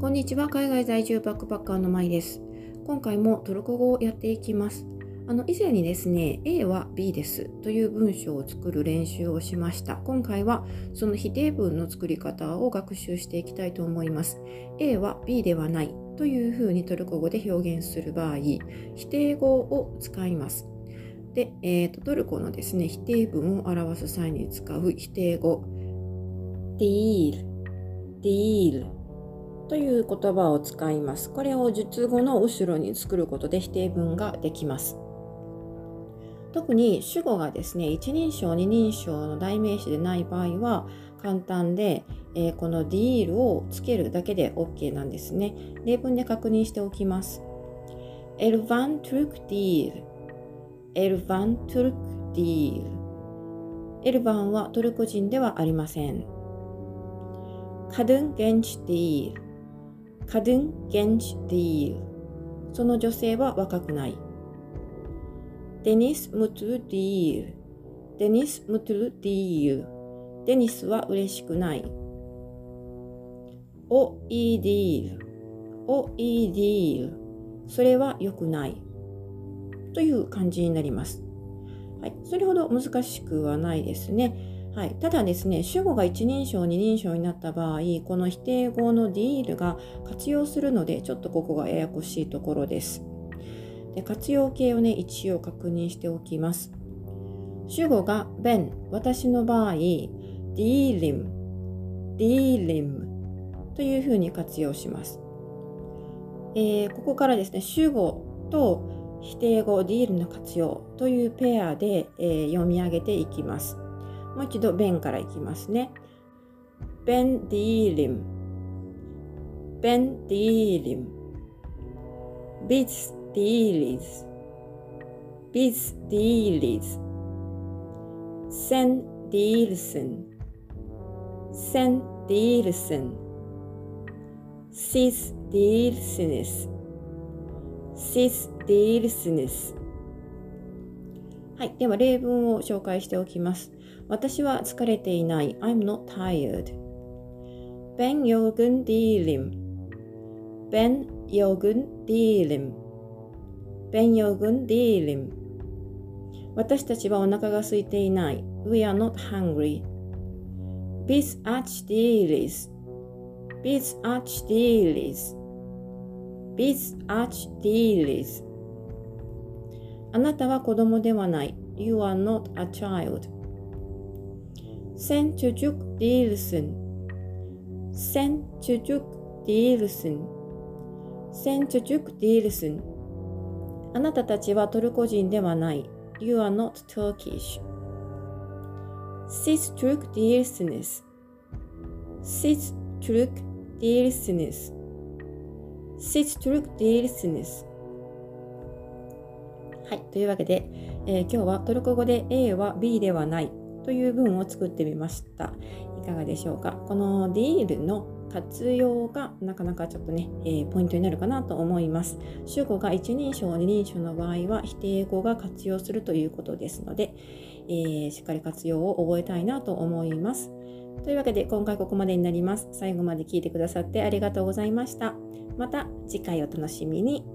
こんにちは。海外在住バックパッカーのまいです。今回もトルコ語をやっていきます。以前にですね、A は B ですという文章を作る練習をしました。今回はその否定文の作り方を学習していきたいと思います。A は B ではないというふうにトルコ語で表現する場合、否定語を使います。で、トルコのですね、否定文を表す際に使う否定語、değil、değilという言葉を使います。これを述語の後ろに作ることで否定文ができます。特に主語がですね、一人称、二人称の代名詞でない場合は簡単で、この deal をつけるだけで OK なんですね。例文で確認しておきます。Elvan Turk deal。Elvan Turk deal。エルバンはトルコ人ではありません。Kadın genç değil。Kadın genç değil。その女性は若くない。Deniz mutlu değil。Deniz mutlu değil。デニスは嬉しくない。O iyi değil。O iyi değil。それは良くない。という感じになります。はい、それほど難しくはないですね。はい、ただですね、主語が一人称、二人称になった場合、この否定語の deal が活用するので、ちょっとここがややこしいところです。で、活用形をね、一応確認しておきます。主語が ben、私の場合、değilim というふうに活用します。ここからですね、主語と否定語 deal の活用というペアで、読み上げていきます。もう一度benからいきますね。Ben değilim。Ben değilim。Biz değiliz。Biz değiliz。Sen değilsin。Sen değilsin。Siz değilsiniz。Siz değilsiniz。はい、では例文を紹介しておきます。私は疲れていない。I'm not tired. Ben yorgun değilim. Ben yorgun değilim. Ben yorgun değilim. 私たちはお腹が空いていない。We are not hungry. Biz aç değiliz. Biz aç değiliz. Biz aç değiliz. あなたは子供ではない。You are not a child. Sen çocuk değilsin. Sen çocuk değilsin. Sen çocuk değilsin. あなたたちはトルコ人ではない。You are not Turkish. Siz Türk değilsiniz. Siz Türk değilsiniz. Siz Türk değilsiniz. はい、というわけで、今日はトルコ語で A は B ではないという文を作ってみました。いかがでしょうか。この deal の活用がなかなかちょっとね、ポイントになるかなと思います。主語が一人称、二人称の場合は否定語が活用するということですので、しっかり活用を覚えたいなと思います。というわけで今回ここまでになります。最後まで聞いてくださってありがとうございました。また次回お楽しみに。